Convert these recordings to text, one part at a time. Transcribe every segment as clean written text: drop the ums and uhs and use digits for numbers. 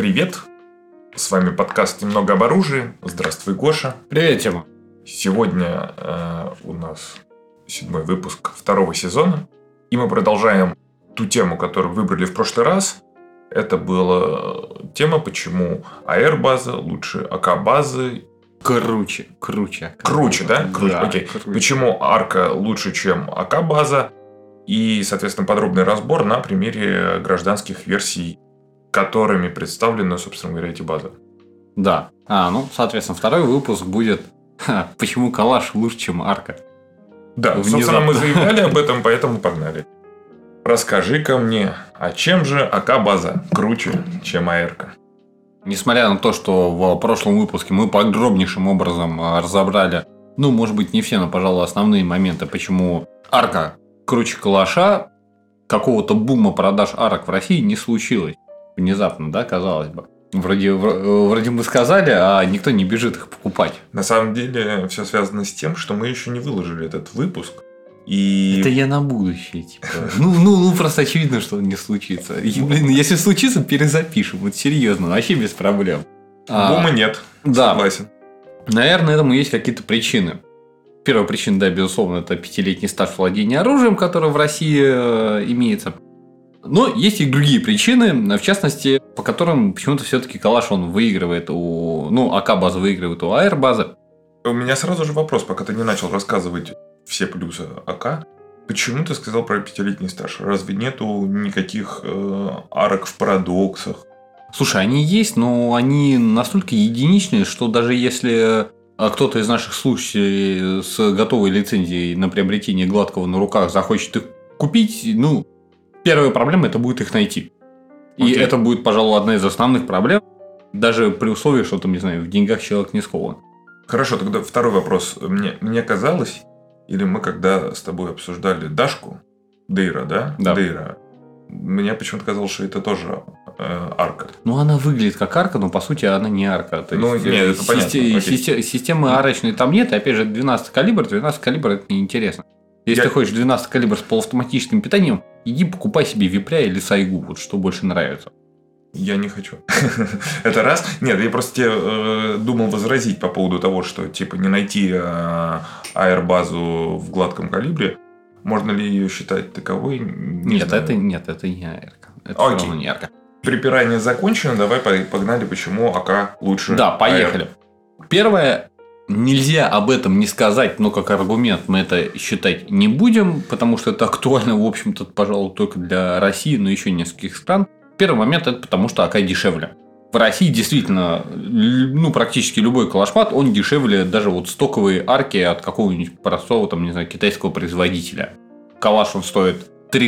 Привет! С вами подкаст «Немного об оружии». Здравствуй, Гоша. Привет, Тима. Сегодня у нас 7-й выпуск 2-го сезона. И мы продолжаем ту тему, которую выбрали в прошлый раз. Это была тема, почему АР-база лучше АК-базы. Круче. Круче, да? Круче, да, окей. круче. Почему арка лучше, чем АК-база. И, соответственно, подробный разбор на примере гражданских версий, которыми представлены, собственно говоря, эти базы. Да. Соответственно, второй выпуск будет «Почему калаш лучше, чем арка?». Да, собственно, мы заявляли об этом, поэтому погнали. Расскажи-ка мне, а чем же АК-база круче, чем АР-ка? Несмотря на то, что в прошлом выпуске мы подробнейшим образом разобрали, может быть, не все, но, пожалуй, основные моменты, почему арка круче калаша, какого-то бума продаж арок в России не случилось. Внезапно, да, казалось бы. Вроде мы сказали, а никто не бежит их покупать. На самом деле, все связано с тем, что мы еще не выложили этот выпуск. И... Это я на будущее, типа. Просто очевидно, что он не случится. И, если случится, перезапишем. Вот серьезно, вообще без проблем. Бума нет. Да. Согласен. Наверное, этому есть какие-то причины. Первая причина, да, безусловно, это 5-летний стаж владения оружием, который в России имеется. Но есть и другие причины, в частности, по которым почему-то все-таки калаш он выигрывает АК-база выигрывает у АР-базы. У меня сразу же вопрос, пока ты не начал рассказывать все плюсы АК. Почему ты сказал про 5-летний стаж? Разве нету никаких арок в парадоксах? Слушай, они есть, но они настолько единичные, что даже если кто-то из наших слушателей с готовой лицензией на приобретение гладкого на руках захочет их купить, первая проблема – это будет их найти. И это будет, пожалуй, одна из основных проблем, даже при условии, что там, не знаю, в деньгах человек не скован. Хорошо, тогда второй вопрос. Мне казалось, или мы когда с тобой обсуждали Дашку, Дейра, да? Да. Дейра. Мне почему-то казалось, что это тоже арка. Она выглядит как арка, но по сути она не арка. То есть, нет, это понятно. Системы арочной там нет, и опять же 12 калибр это неинтересно. Если ты хочешь 12 калибр с полуавтоматическим питанием, иди покупай себе випря или сайгу, вот что больше нравится. Я не хочу. Это раз. Нет, я просто тебе думал возразить по поводу того, что типа не найти АР-базу в гладком калибре. Можно ли ее считать таковой? Нет, это не АР-ка. Это все равно не АР-ка. Припирание закончено. Давай погнали, почему АК лучше. Да, поехали. Первое. Нельзя об этом не сказать, но как аргумент мы это считать не будем, потому что это актуально, в общем-то, пожалуй, только для России, но еще нескольких стран. Первый момент – это потому, что АК дешевле. В России действительно, практически любой калашмат, он дешевле даже вот стоковые арки от какого-нибудь простого, китайского производителя. Калаш он стоит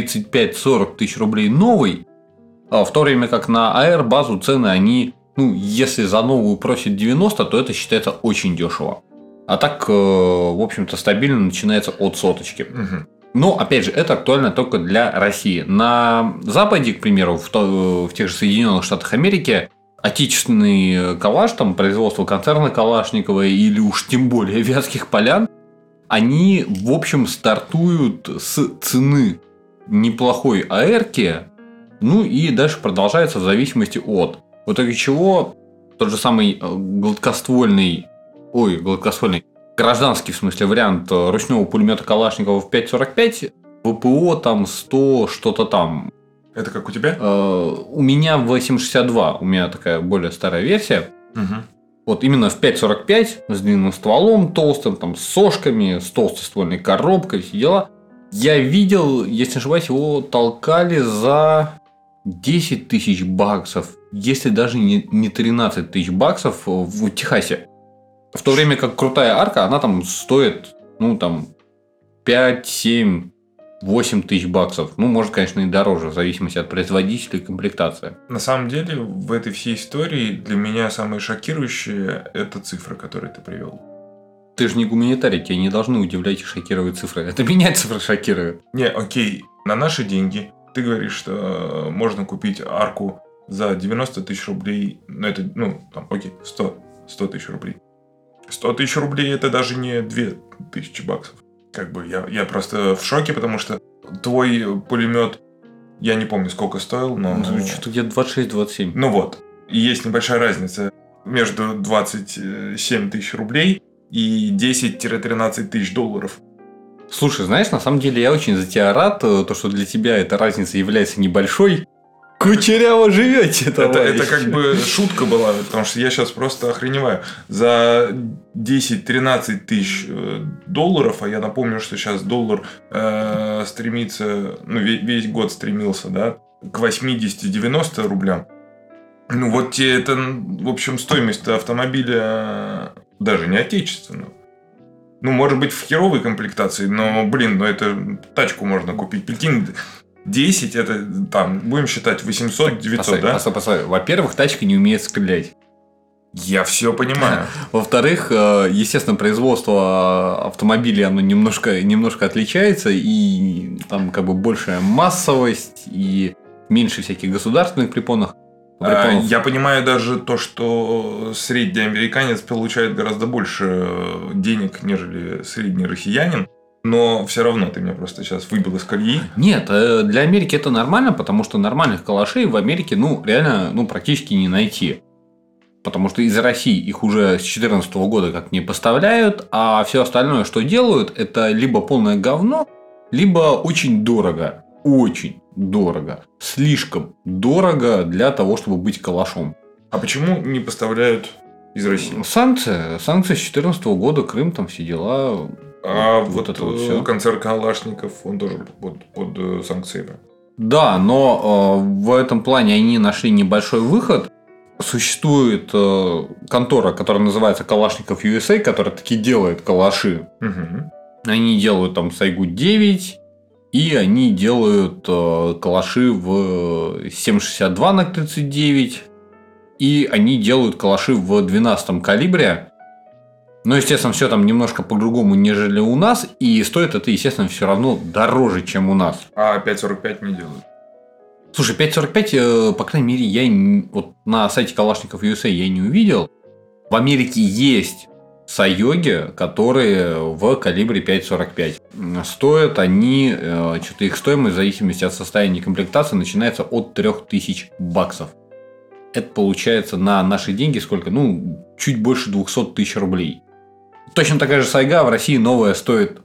35-40 тысяч рублей новый, в то время как на АР-базу цены они... если за новую просят 90, то это считается очень дешево. А так, в общем-то, стабильно начинается от соточки. Угу. Но, опять же, это актуально только для России. На Западе, к примеру, в тех же Соединенных Штатах Америки, отечественный калаш, производство концерна Калашникова или уж тем более Вятских Полян, они, в общем, стартуют с цены неплохой АРки, и дальше продолжается в зависимости от. В итоге чего тот же самый гладкоствольный, гражданский, в смысле, вариант ручного пулемета Калашникова в 5.45, ВПО 100 что-то там. Это как у тебя? У меня в 7.62, у меня такая более старая версия. Угу. Вот именно в 5.45 с длинным стволом, толстым, с сошками, с толстой ствольной коробкой, все дела. Я видел, если не ошибаюсь, его толкали за 10 тысяч баксов, если даже не 13 тысяч баксов в Техасе. В то время как крутая арка, она стоит, 5, 7, 8 тысяч баксов. Может, конечно, и дороже, в зависимости от производителя и комплектации. На самом деле, в этой всей истории для меня самое шокирующее – это цифры, которые ты привел. Ты же не гуманитарий, тебя не должны удивлять и шокировать цифры. Это меня цифры шокируют. Не, окей, на наши деньги ты говоришь, что можно купить арку за 90 тысяч рублей. 100 тысяч рублей. 100 тысяч рублей – это даже не 2000 баксов. Я просто в шоке, потому что твой пулемет Я не помню, сколько стоил, но... Что-то где-то 26-27. Ну вот. И есть небольшая разница между 27 тысяч рублей и 10-13 тысяч долларов. Слушай, знаешь, на самом деле я очень за тебя рад, то, что для тебя эта разница является небольшой. Кучеряво живете, товарищ. Это как бы шутка была, потому что я сейчас просто охреневаю. За 10-13 тысяч долларов, а я напомню, что сейчас доллар стремится, ну, весь год стремился, да, к 80-90 рублям. Ну, вот тебе это, в общем, стоимость автомобиля даже не отечественного. Ну, может быть, в херовой комплектации, но, блин, ну это тачку можно купить. Прикинь, 10 это там, будем считать, 800-900, да? Постой. Во-первых, тачка не умеет стрелять. Я все понимаю. Во-вторых, естественно, производство автомобилей, оно немножко отличается, и там как бы большая массовость, и меньше всяких государственных препонов. Я понимаю даже то, что средний американец получает гораздо больше денег, нежели средний россиянин. Но все равно ты меня просто сейчас выбил из колеи. Нет, для Америки это нормально, потому что нормальных калашей в Америке, реально, практически не найти. Потому что из России их уже с 2014 года как не поставляют, а все остальное, что делают, это либо полное говно, либо очень дорого. Очень дорого. Слишком дорого для того, чтобы быть калашом. А почему не поставляют из России? Санкции с 2014 года, Крым, там все дела. А вот это вот все. Концерн Калашников, он тоже под санкциями. Да, но в этом плане они нашли небольшой выход. Существует контора, которая называется Калашников USA, которая таки делает калаши. Угу. Они делают там Сайгу-9, и они делают калаши в 7,62 на 39, и они делают калаши в 12 калибре. Но, естественно, все там немножко по-другому, нежели у нас, и стоит это, естественно, все равно дороже, чем у нас. А 5,45 не делают? Слушай, 5,45, по крайней мере, вот на сайте Калашников USA я не увидел. В Америке есть Сайоги, которые в калибре 5,45. Стоят они, что-то их стоимость в зависимости от состояния комплектации начинается от $3000. Это получается на наши деньги сколько? Чуть больше 200 тысяч рублей. Точно такая же Сайга в России новая стоит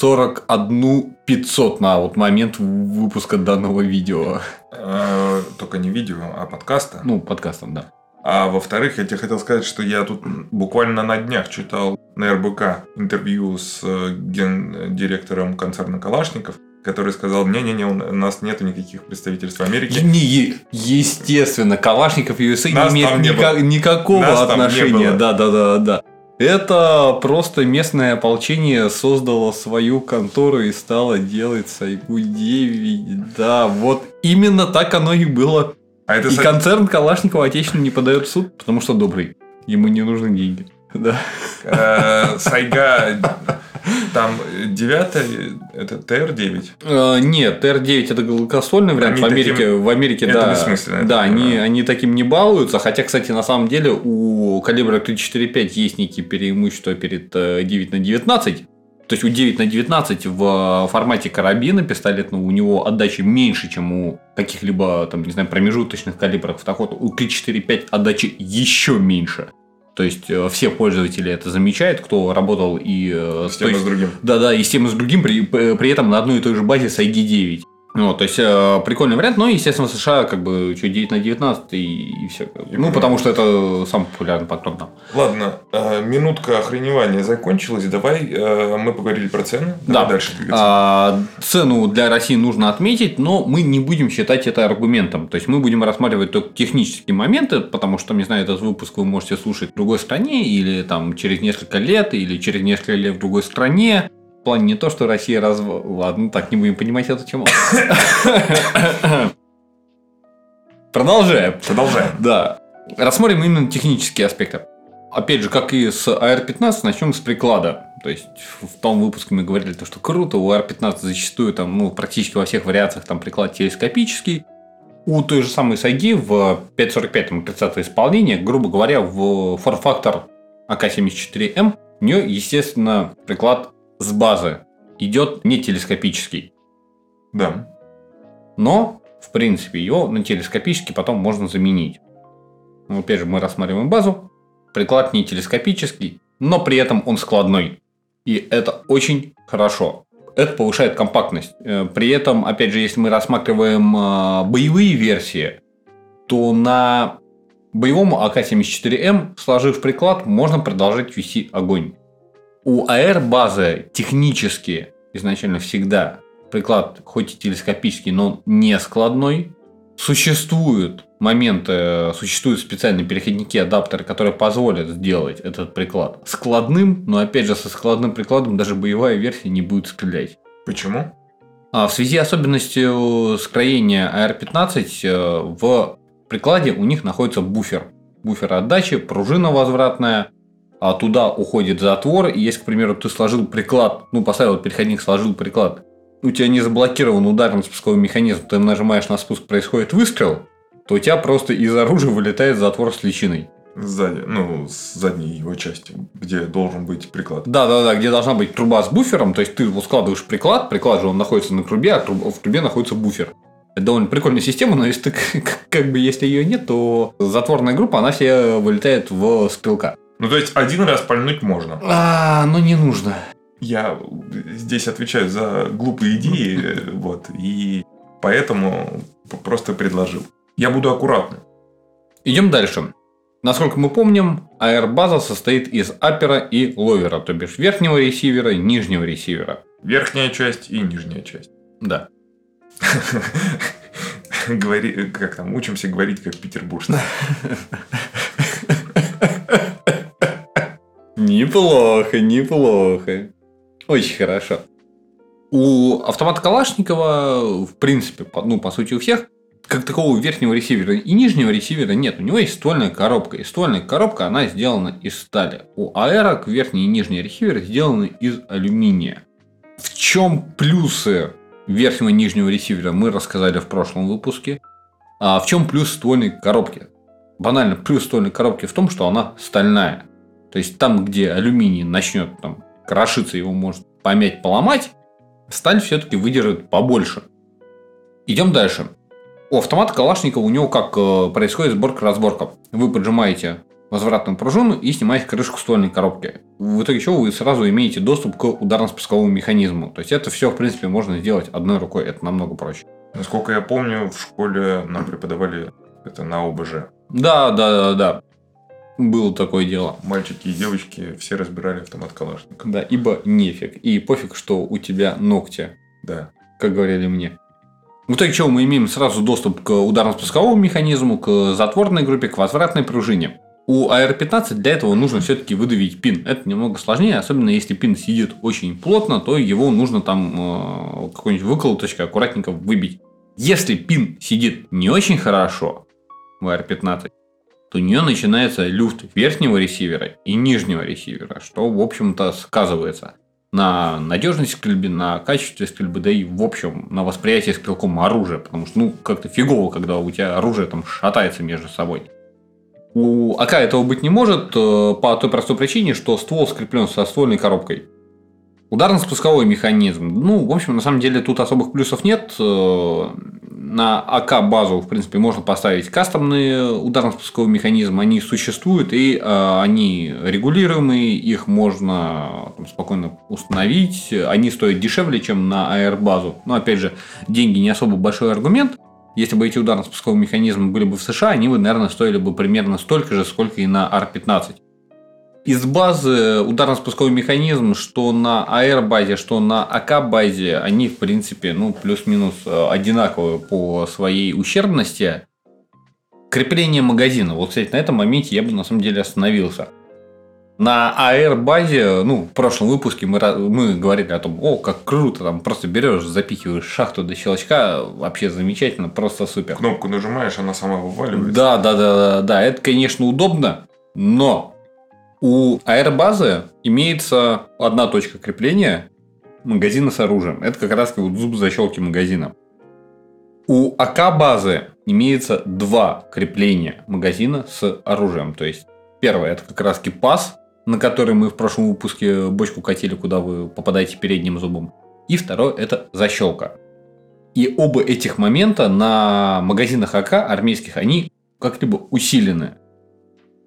41 500 на вот момент выпуска данного видео. Только не видео, а подкаста. Подкастом, да. А во-вторых, я тебе хотел сказать, что я тут буквально на днях читал на РБК интервью с гендиректором концерна Калашников, который сказал: не-не-не, у нас нету никаких представительств в Америке. Естественно, Калашников USA не имеет никакого отношения. Да. Это просто местное ополчение создало свою контору и стало делать Сайгу-9. Да, вот именно так оно и было. И концерн Калашникова отечественно не подает в суд, потому что добрый. Ему не нужны деньги. Да. Сайга, там 9 это ТР-9? Нет, ТР-9 это гладкоствольный вариант. В Америке, это да. бессмысленно. Да, они таким не балуются. Хотя, кстати, на самом деле у калибра 3,45 есть некие преимущества перед 9 на 19. То есть у 9 на 19 в формате карабина пистолетного у него отдача меньше, чем у каких-либо промежуточных калибров. Так вот, у 3,45 отдача еще меньше. То есть все пользователи это замечают, кто работал и с тем и с другим. Да, и с тем и с другим, при этом на одной и той же базе с ID9. То есть прикольный вариант, но, естественно, в США 9 на 19 и все. Потому что это самый популярный патрон там. Ладно, минутка охреневания закончилась. Давай, мы поговорили про цену. Давай дальше двигаться. Цену для России нужно отметить, но мы не будем считать это аргументом. То есть мы будем рассматривать только технические моменты, потому что, не знаю, этот выпуск вы можете слушать в другой стране, или там через несколько лет, или через несколько лет в другой стране. В плане не то, что Россия Ладно, так не будем понимать эту тему. Продолжаем. Да. Рассмотрим именно технические аспекты. Опять же, как и с AR-15, начнем с приклада. То есть в том выпуске мы говорили, что круто, у AR-15 зачастую практически во всех вариациях приклад телескопический. У той же самой Сайги в 5.45 30 исполнение, грубо говоря, в форм-фактор АК-74М, у нее, естественно, приклад с базы идет не телескопический. Да. Но, в принципе, ее на телескопический потом можно заменить. Опять же, мы рассматриваем базу. Приклад не телескопический, но при этом он складной. И это очень хорошо. Это повышает компактность. При этом, опять же, если мы рассматриваем боевые версии, то на боевом АК-74М, сложив приклад, можно продолжать вести огонь. У АР-базы технически изначально всегда приклад, хоть и телескопический, но не складной. Существуют специальные переходники, адаптеры, которые позволят сделать этот приклад складным, но опять же со складным прикладом даже боевая версия не будет стрелять. Почему? В связи с особенностью скроения АР-15 в прикладе у них находится буфер. Буфер отдачи, пружина возвратная, а туда уходит затвор. И если, к примеру, ты сложил приклад, поставил переходник, сложил приклад, у тебя не заблокирован ударно-спусковой механизм, ты нажимаешь на спуск, происходит выстрел, то у тебя просто из оружия вылетает затвор с личиной. Сзади, с задней его части, где должен быть приклад. Да, где должна быть труба с буфером, то есть ты складываешь приклад же он находится на трубе, а в трубе находится буфер. Это довольно прикольная система, но если если ее нет, то затворная группа, она себе вылетает в стрелка. То есть один раз пальнуть можно. Но не нужно. Я здесь отвечаю за глупые идеи, и поэтому просто предложил. Я буду аккуратным. Идем дальше. Насколько мы помним, АР-база состоит из аппера и ловера, то бишь верхнего ресивера и нижнего ресивера. Верхняя часть и нижняя часть. Да. Учимся говорить как петербуржцы. Неплохо. Очень хорошо. У автомата Калашникова, в принципе, по сути у всех, как такого верхнего ресивера и нижнего ресивера нет. У него есть ствольная коробка. И ствольная коробка, она сделана из стали. У аэрок верхний и нижний ресивер сделаны из алюминия. В чем плюсы верхнего и нижнего ресивера, мы рассказали в прошлом выпуске. А в чем плюс ствольной коробки? Банально, плюс ствольной коробки в том, что она стальная. То есть там, где алюминий начнет крошиться, его может помять, поломать, сталь все-таки выдержит побольше. Идем дальше. У автомата Калашникова у него как происходит сборка-разборка. Вы поджимаете возвратную пружину и снимаете крышку ствольной коробки. В итоге чего вы сразу имеете доступ к ударно-спусковому механизму. То есть это все, в принципе, можно сделать одной рукой. Это намного проще. Насколько я помню, в школе нам преподавали это на ОБЖ. Да. Было такое дело. Мальчики и девочки все разбирали автомат Калашникова. Да, ибо нефиг. И пофиг, что у тебя ногти. Да. Как говорили мне. В итоге чего мы имеем сразу доступ к ударно-спусковому механизму, к затворной группе, к возвратной пружине. У АР-15 для этого нужно все-таки выдавить пин. Это немного сложнее, особенно если пин сидит очень плотно, то его нужно какой-нибудь выколоточкой аккуратненько выбить. Если пин сидит не очень хорошо в АР-15, то у нее начинается люфт верхнего ресивера и нижнего ресивера, что, в общем-то, сказывается на надежности стрельбы, на качестве стрельбы, да и, в общем, на восприятии стрелком оружия, потому что, как-то фигово, когда у тебя оружие шатается между собой. У АК этого быть не может по той простой причине, что ствол скреплен со ствольной коробкой. Ударно-спусковой механизм. В общем, на самом деле тут особых плюсов нет. На АК-базу, в принципе, можно поставить кастомные ударно-спусковые механизмы. Они существуют, и они регулируемые, их можно спокойно установить. Они стоят дешевле, чем на АР-базу. Но, опять же, деньги не особо большой аргумент. Если бы эти ударно-спусковые механизмы были бы в США, они бы, наверное, стоили бы примерно столько же, сколько и на АР-15. Из базы ударно-спусковой механизм, что на АР-базе, что на АК-базе, они, в принципе, плюс-минус одинаковые по своей ущербности. Крепление магазина. Вот, кстати, на этом моменте я бы, на самом деле, остановился. На АР-базе, в прошлом выпуске мы говорили о том, как круто, там просто берешь, запихиваешь шахту до щелчка, вообще замечательно, просто супер. Кнопку нажимаешь, она сама вываливается. Да, это, конечно, удобно, но у АР-базы имеется одна точка крепления магазина с оружием. Это как раз зуб защелки магазина. У АК-базы имеется два крепления магазина с оружием. То есть, первое, это как раз паз, на который мы в прошлом выпуске бочку катили, куда вы попадаете передним зубом. И второе, это защелка. И оба этих момента на магазинах АК армейских, они как-либо усилены.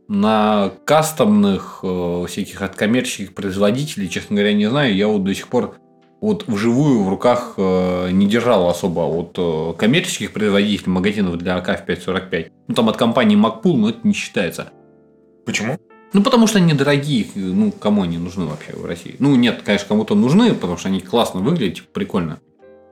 На кастомных всяких от коммерческих производителей, честно говоря, не знаю. Я вот до сих пор вот вживую в руках не держал особо от коммерческих производителей магазинов для АК в 5.45. Ну, там от компании Макпул, но это не считается. Почему? Ну, потому что они дорогие. Ну, кому они нужны вообще в России? Ну, нет, конечно, кому-то нужны, потому что они классно выглядят, типа, прикольно.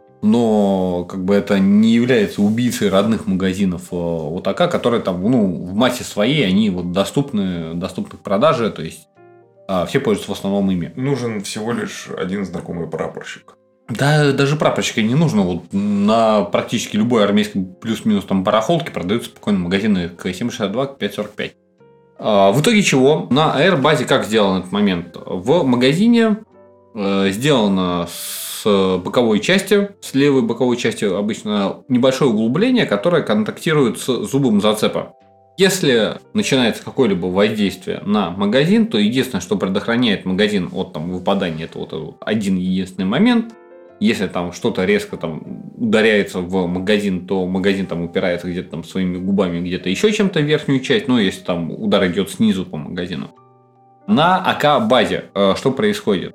Но как бы это не является убийцей родных магазинов вот АК, которые там, ну, в массе своей, они вот доступны к продаже, то есть все пользуются в основном ими. Нужен всего лишь один знакомый прапорщик. Да, даже прапорщика не нужно. Вот на практически любой армейской плюс-минус там барахолке продаются спокойно магазины к 7,62, к 5,45. В итоге чего? На AR-базе как сделан этот момент? В магазине сделано с боковой части, с левой боковой части обычно небольшое углубление, которое контактирует с зубом зацепа. Если начинается какое-либо воздействие на магазин, то единственное, что предохраняет магазин от там, выпадания, это вот один единственный момент. Если там что-то резко там ударяется в магазин, то магазин там упирается где-то там своими губами, где-то еще чем-то в верхнюю часть, ну, если там удар идет снизу по магазину. На АК-базе что происходит?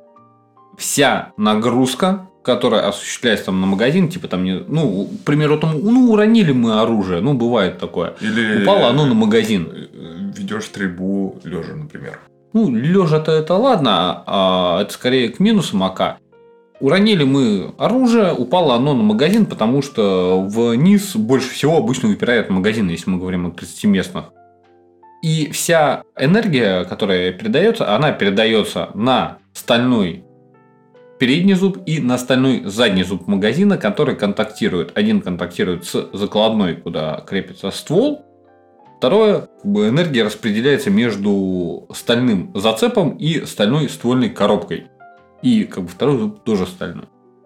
Вся нагрузка, которая осуществляется там на магазин, типа там, ну, к примеру, там, ну, уронили мы оружие, ну, бывает такое. Или упало оно на магазин. Ведешь стрельбу лежа, например. Ну, лежа-то это ладно, а это скорее к минусам АК. Уронили мы оружие, упало оно на магазин, потому что вниз больше всего обычно выпирает магазин, если мы говорим о 30-местных. И вся энергия, которая передается, она передается на стальной передний зуб и на стальной задний зуб магазина, который контактирует. Один контактирует с закладной, куда крепится ствол. Второе, энергия распределяется между стальным зацепом и стальной ствольной коробкой. И как бы второй зуб тоже стальной.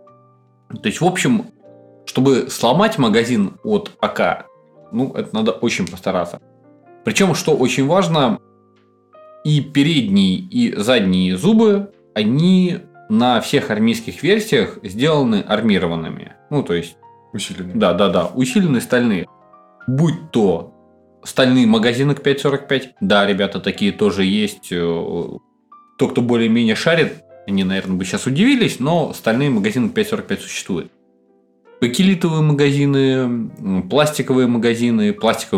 То есть, в общем, чтобы сломать магазин от АК, ну, это надо очень постараться. Причем, что очень важно, и передние, и задние зубы, они на всех армейских версиях сделаны армированными. Ну, то есть... Усиленные. Да, усиленные стальные. Будь то стальные магазины к 5.45, да, ребята, такие тоже есть. Тот, кто более-менее шарит, они, наверное, бы сейчас удивились, но стальные магазины к 5.45 существуют. Бакелитовые магазины, пластиковые магазины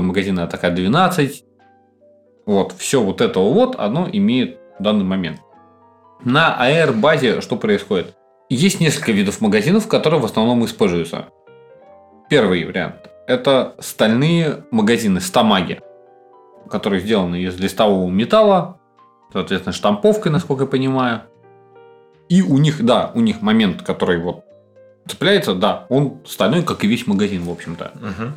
АТК-12. Вот, все вот это вот, оно имеет в данный момент. На AR-базе что происходит? Есть несколько видов магазинов, которые в основном используются. Первый вариант – это стальные магазины, стамаги, которые сделаны из листового металла, соответственно, штамповкой, насколько я понимаю. И у них момент, который вот цепляется, да, он стальной, как и весь магазин, в общем-то. Угу.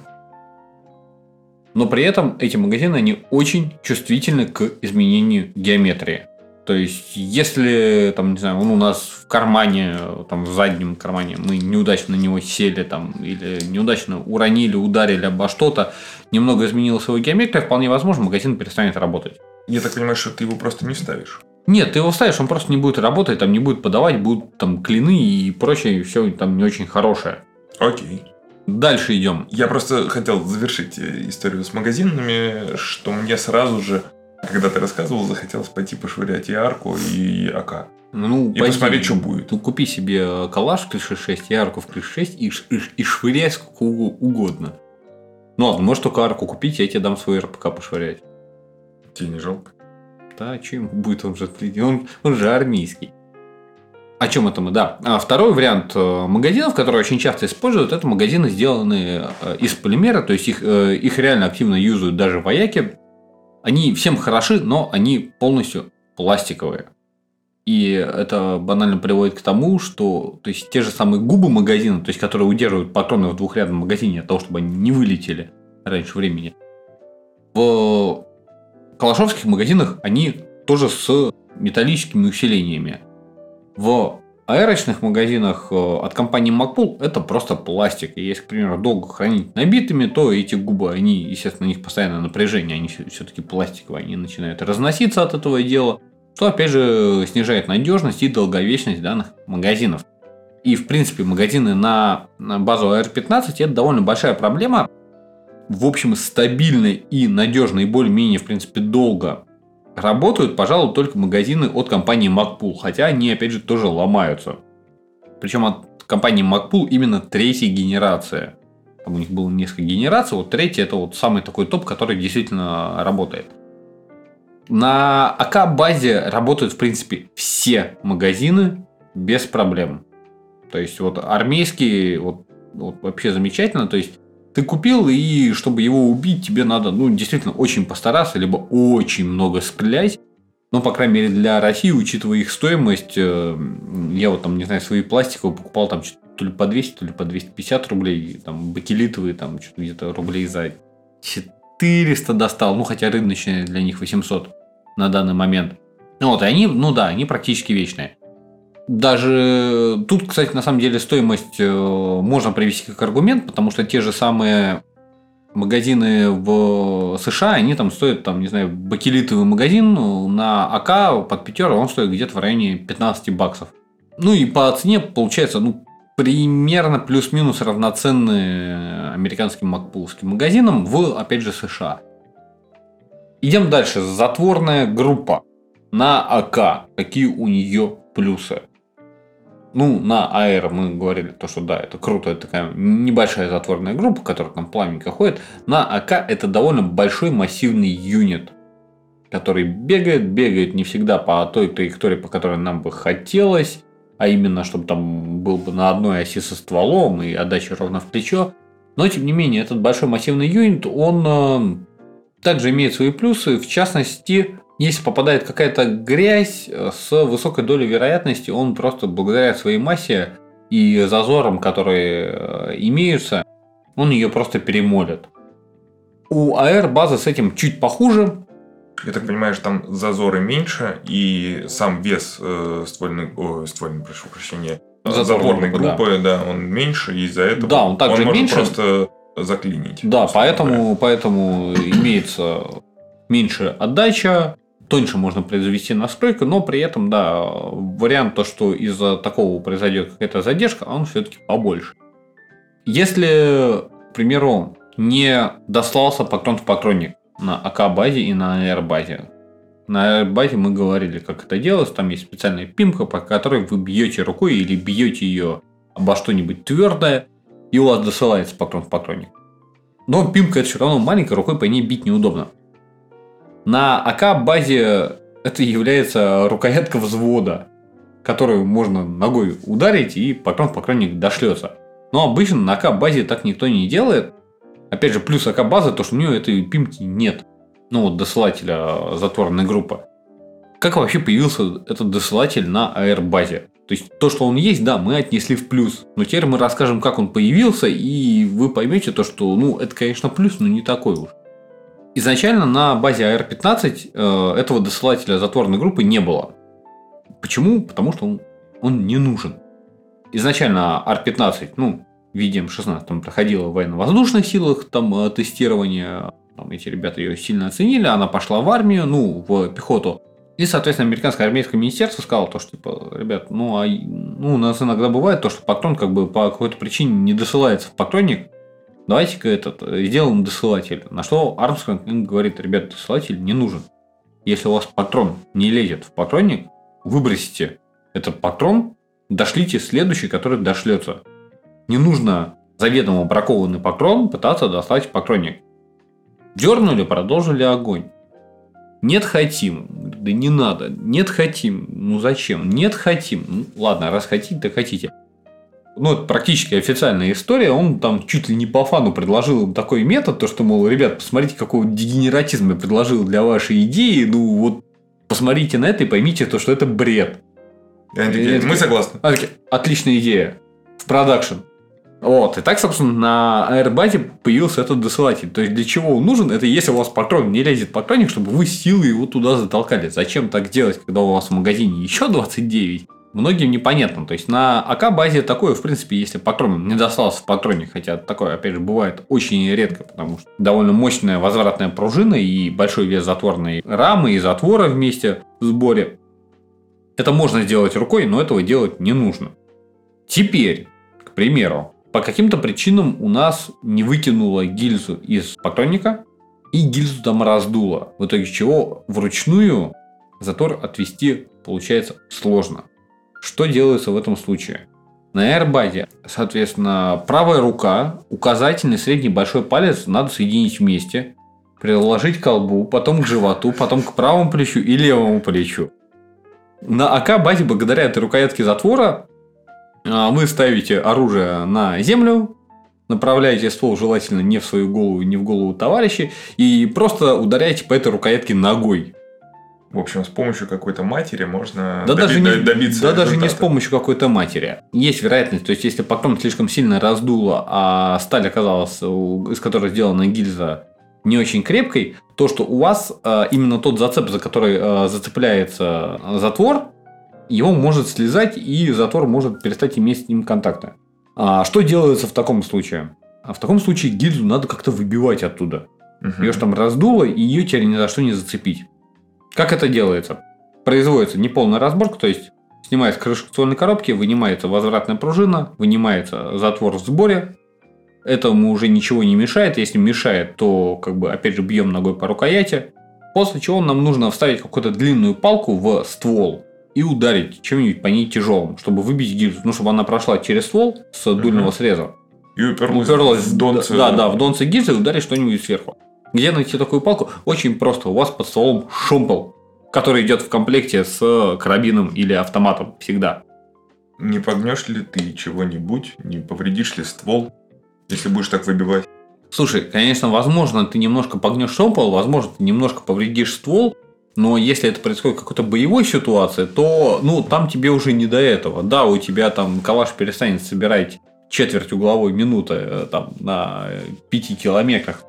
Но при этом эти магазины, они очень чувствительны к изменению геометрии. То есть, если, там, не знаю, он у нас в кармане, там, в заднем кармане, мы неудачно на него сели, там, или неудачно уронили, ударили обо что-то, немного изменилась его геометрия, вполне возможно, магазин перестанет работать. Я так понимаю, что ты его просто не вставишь. Нет, ты его вставишь, он просто не будет работать, там не будет подавать, будут там клины и прочее, все там не очень хорошее. Окей. Дальше идем. Я просто хотел завершить историю с магазинами, что мне сразу же, когда ты рассказывал, захотелось пойти пошвырять и арку, и АК. Ну, и посмотреть, что будет. Ну, купи себе калаш в клише 6 и арку в клише 6 и швыряй сколько угодно. Ну ладно, можешь только арку купить, я тебе дам свой РПК пошвырять. Тебе не жалко? Да, чем будет, он же армейский. О чем это мы? Да. Второй вариант магазинов, которые очень часто используют, это магазины, сделанные из полимера, то есть их реально активно юзают даже вояки. Они всем хороши, но они полностью пластиковые. И это банально приводит к тому, что то есть, те же самые губы магазина, то есть, которые удерживают патроны в двухрядном магазине от того, чтобы они не вылетели раньше времени, в калашовских магазинах они тоже с металлическими усилениями. В аэрочных магазинах от компании Макпул это просто пластик. И если, к примеру, долго хранить набитыми, то эти губы, они, естественно, у них постоянное напряжение, они все-таки пластиковые, они начинают разноситься от этого дела, что, опять же, снижает надежность и долговечность данных магазинов. И, в принципе, магазины на базу AR-15 это довольно большая проблема. в общем, стабильно и надежно, и более-менее, в принципе, долго работают, пожалуй, только магазины от компании Magpul. Хотя они, опять же, тоже ломаются. Причем от компании Magpul именно третьей генерации. Там у них было несколько генераций. Вот третья — это вот самый такой топ, который действительно работает. На АК-базе работают, в принципе, все магазины без проблем. То есть, вот армейские вот вообще замечательно. То есть, ты купил, и чтобы его убить, тебе надо, действительно очень постараться, либо очень много стрелять. Но, по крайней мере, для России, учитывая их стоимость, я вот там, не знаю, свои пластиковые покупал там то ли по 200, то ли по 250 рублей, там бакелитовые, там что-то где-то рублей за 400 достал, хотя рыночные для них 800 на данный момент. Вот, и они, они практически вечные. Даже тут, кстати, на самом деле стоимость можно привести как аргумент, потому что те же самые магазины в США, они там стоят, не знаю, бакелитовый магазин на АК под пятерку, он стоит где-то в районе 15 баксов. И по цене получается, примерно плюс-минус равноценные американским макпулским магазинам в, опять же, США. Идем дальше. Затворная группа на АК. Какие у нее плюсы? На АР мы говорили, что да, это круто, это такая небольшая затворная группа, которая там плавненько ходит. На АК это довольно большой массивный юнит, который бегает не всегда по той траектории, по которой нам бы хотелось, а именно, чтобы там был бы на одной оси со стволом и отдача ровно в плечо. Но, тем не менее, этот большой массивный юнит, он также имеет свои плюсы, в частности, если попадает какая-то грязь с высокой долей вероятности, он просто благодаря своей массе и зазорам, которые имеются, он ее просто перемолит. У АР-базы с этим чуть похуже. Я так понимаю, что там зазоры меньше, и сам вес затворной группы, да, он меньше, и из-за этого он также может меньше. Просто заклинить. Да, поэтому имеется меньше отдача, тоньше можно произвести настройку, но при этом, да, вариант то, что из-за такого произойдет какая-то задержка, он все-таки побольше. Если, к примеру, не дослался патрон в патронник на АК-базе и на АР-базе. На АР-базе мы говорили, как это делается. Там есть специальная пимка, по которой вы бьете рукой или бьете ее обо что-нибудь твердое, и у вас досылается патрон в патронник. Но пимка это все равно маленькая, рукой по ней бить неудобно. На АК-базе это является рукоятка взвода, которую можно ногой ударить, и патрон в патронник дошлется. Но обычно на АК-базе так никто не делает. Опять же, плюс АК-базы, то, что у нее этой пимки нет. Досылателя затворной группы. Как вообще появился этот досылатель на АР-базе? То есть, то, что он есть, да, мы отнесли в плюс. Но теперь мы расскажем, как он появился, и вы поймете то, что, это, конечно, плюс, но не такой уж. Изначально на базе АР-15 этого досылателя затворной группы не было. Почему? Потому что он не нужен. Изначально АР-15, VDM-16 там проходила в военно-воздушных силах тестирование. Эти ребята ее сильно оценили, она пошла в армию, в пехоту. И, соответственно, американское армейское министерство сказало, что, ребят, у нас иногда бывает то, что патрон по какой-то причине не досылается в патронник. Давайте-ка сделаем досылатель. На что Армстронг им говорит: ребят, досылатель не нужен. Если у вас патрон не лезет в патронник, выбросите этот патрон, дошлите следующий, который дошлется. Не нужно заведомо бракованный патрон пытаться достать в патронник. Дернули, продолжили огонь. Нет, хотим. Да не надо. Нет, хотим. Зачем? Нет, хотим. Ладно, раз хотите, так хотите. Это практически официальная история. Он там чуть ли не по фану предложил им такой метод, то что, мол, ребят, посмотрите, какого дегенератизма я предложил для вашей идеи. Посмотрите на это и поймите, что это бред. Мы согласны. Отличная идея. В продакшн. И так, собственно, на АР-базе появился этот досылатель. То есть, для чего он нужен? Это если у вас патрон не лезет в патронник, чтобы вы силой его туда затолкали. Зачем так делать, когда у вас в магазине еще 29? Многим непонятно. То есть, на АК-базе такое, в принципе, если патрон не достался в патронник, хотя такое, опять же, бывает очень редко, потому что довольно мощная возвратная пружина и большой вес затворной рамы и затвора вместе в сборе. Это можно сделать рукой, но этого делать не нужно. Теперь, к примеру, По каким-то причинам у нас не выкинуло гильзу из патронника, и гильзу там раздуло. В итоге чего вручную затвор отвести получается сложно. Что делается в этом случае? На airbag, соответственно, правая рука, указательный, средний, большой палец надо соединить вместе, приложить к колбу, потом к животу, потом к правому плечу и левому плечу. На АК-базе, благодаря этой рукоятке затвора, вы ставите оружие на землю, направляете ствол желательно не в свою голову, не в голову товарища, и просто ударяете по этой рукоятке ногой. В общем, с помощью какой-то матери можно даже добиться даже не с результата. помощью какой-то матери. Есть вероятность, то есть, если патрон слишком сильно раздуло, а сталь оказалась, из которой сделана гильза, не очень крепкой, то, что у вас именно тот зацеп, за который зацепляется затвор, его может слезать, и затвор может перестать иметь с ним контакта. Что делается в таком случае? В таком случае гильзу надо как-то выбивать оттуда. Ее же там раздуло, и ее теперь ни за что не зацепить. Как это делается? Производится неполная разборка, то есть снимается крышка ствольной коробки, вынимается возвратная пружина, вынимается затвор в сборе. Этому уже ничего не мешает. Если мешает, то опять же бьем ногой по рукояти. После чего нам нужно вставить какую-то длинную палку в ствол и ударить чем-нибудь по ней тяжелым, чтобы выбить гильзу, чтобы она прошла через ствол с дульного среза. И уперлась в донце. Да, в донце гильзы и ударить что-нибудь сверху. Где найти такую палку? Очень просто. У вас под стволом шомпол, который идет в комплекте с карабином или автоматом всегда. Не погнешь ли ты чего-нибудь, не повредишь ли ствол, если будешь так выбивать? Слушай, конечно, возможно, ты немножко погнешь шомпол, возможно, ты немножко повредишь ствол, но если это происходит в какой-то боевой ситуации, то там тебе уже не до этого. Да, у тебя там калаш перестанет собирать четверть угловой минуты на 5 километрах.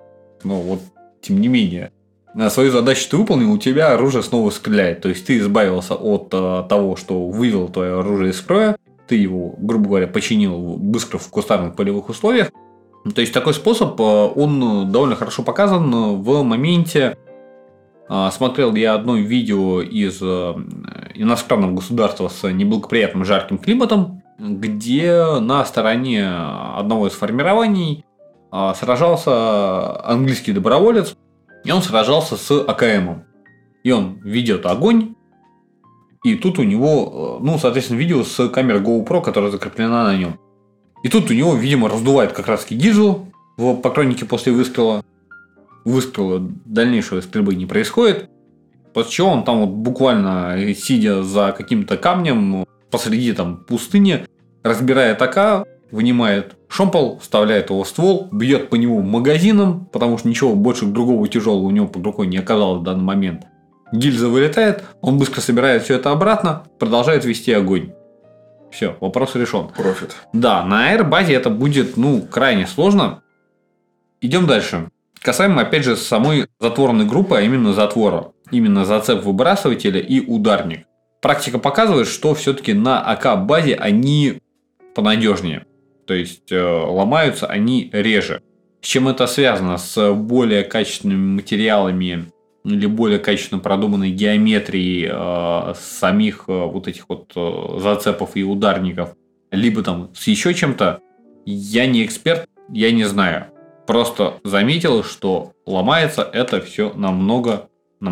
Тем не менее, свою задачу ты выполнил, у тебя оружие снова стреляет. То есть, ты избавился от того, что вывел твое оружие из строя, ты его, грубо говоря, починил быстро в кустарных полевых условиях. То есть, такой способ, он довольно хорошо показан в моменте. Смотрел я одно видео из иностранного государства с неблагоприятным жарким климатом, где на стороне одного из формирований сражался английский доброволец, и он сражался с АКМом. И он ведет огонь, и тут у него, соответственно, видео с камеры GoPro, которая закреплена на нем. И тут у него, видимо, раздувает как раз гильзу в патроннике после выстрела. Выстрела дальнейшего стрельбы не происходит. После чего он там буквально, сидя за каким-то камнем посреди пустыни, разбирает АК, вынимает шомпол, вставляет его в ствол, бьет по нему магазином, потому что ничего больше другого тяжелого у него под рукой не оказалось в данный момент. Гильза вылетает, он быстро собирает все это обратно, продолжает вести огонь. Все, вопрос решен. Профит. Да, на airbase это будет, крайне сложно. Идем дальше. Касаемо, опять же, самой затворной группы, а именно затвора. Именно зацеп выбрасывателя и ударник. Практика показывает, что все-таки на АК-базе они понадежнее. То есть, ломаются они реже. С чем это связано? С более качественными материалами или более качественно продуманной геометрией самих этих зацепов и ударников, либо с еще чем-то. Я не эксперт, я не знаю. Просто заметил, что ломается это все намного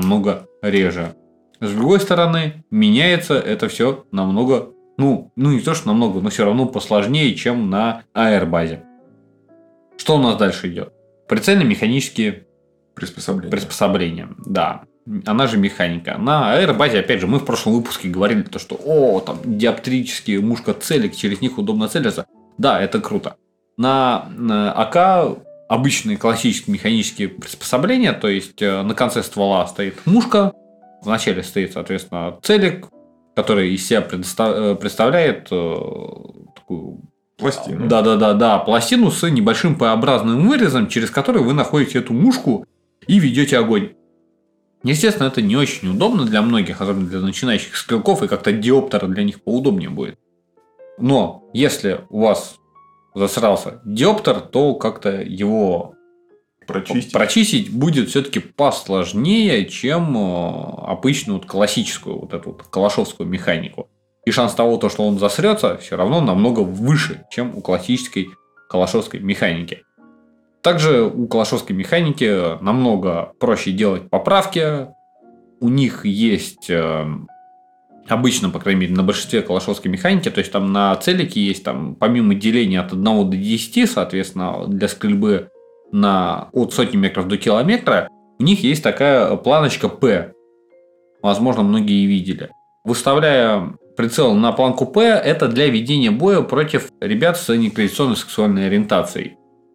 реже. С другой стороны, меняется это все намного, не то что намного, но все равно посложнее, чем на аэрбазе. Что у нас дальше идет? Прицельно-механические приспособления. Да, она же механика. На аэробазе, опять же, мы в прошлом выпуске говорили, что диоптрические мушка-целик, через них удобно целиться. Да, это круто. На АК обычные классические механические приспособления, то есть на конце ствола стоит мушка, в начале стоит, соответственно, целик, который из себя представляет такую пластину. Да, пластину с небольшим П-образным вырезом, через который вы находите эту мушку и ведете огонь. Естественно, это не очень удобно для многих, особенно для начинающих стрелков, и как-то диоптер для них поудобнее будет. Но если у вас засрался диоптер, то как-то его прочистить будет все-таки посложнее, чем обычную классическую эту калашовскую механику. И шанс того, что он засрется, все равно намного выше, чем у классической калашовской механики. Также у калашовской механики намного проще делать поправки. У них есть обычно, по крайней мере, на большинстве калашовской механики, то есть там на целике есть там помимо деления от 1 до 10, соответственно, для стрельбы от сотни метров до километра, у них есть такая планочка П. Возможно, многие и видели. Выставляя прицел на планку П, это для ведения боя против ребят с нетрадиционной сексуальной ориентацией.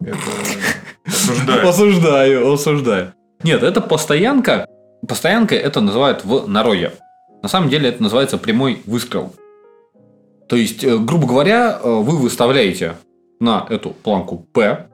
Осуждаю. Нет, это постоянка. Постоянкой это называют в народе. На самом деле это называется прямой выстрел. То есть, грубо говоря, вы выставляете на эту планку П,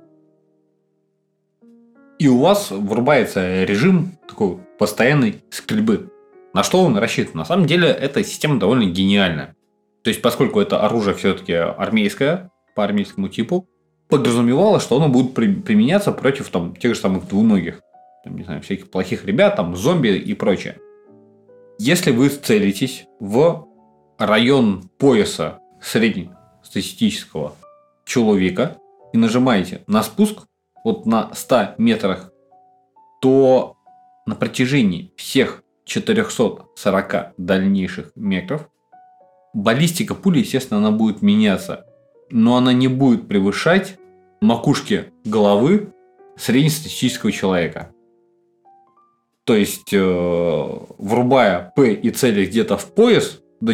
и у вас врубается режим такой постоянной стрельбы. На что он рассчитан? На самом деле, эта система довольно гениальная. То есть, поскольку это оружие все-таки армейское, по армейскому типу, подразумевалось, что оно будет применяться против там, тех же самых двуногих, там, не знаю, всяких плохих ребят, там, зомби и прочее. Если вы целитесь в район пояса среднестатистического человека и нажимаете на спуск вот на 100 метрах, то на протяжении всех 440 дальнейших метров баллистика пули, естественно, она будет меняться, но она не будет превышать макушки головы среднестатистического человека. То есть, врубая П и цели где-то в пояс до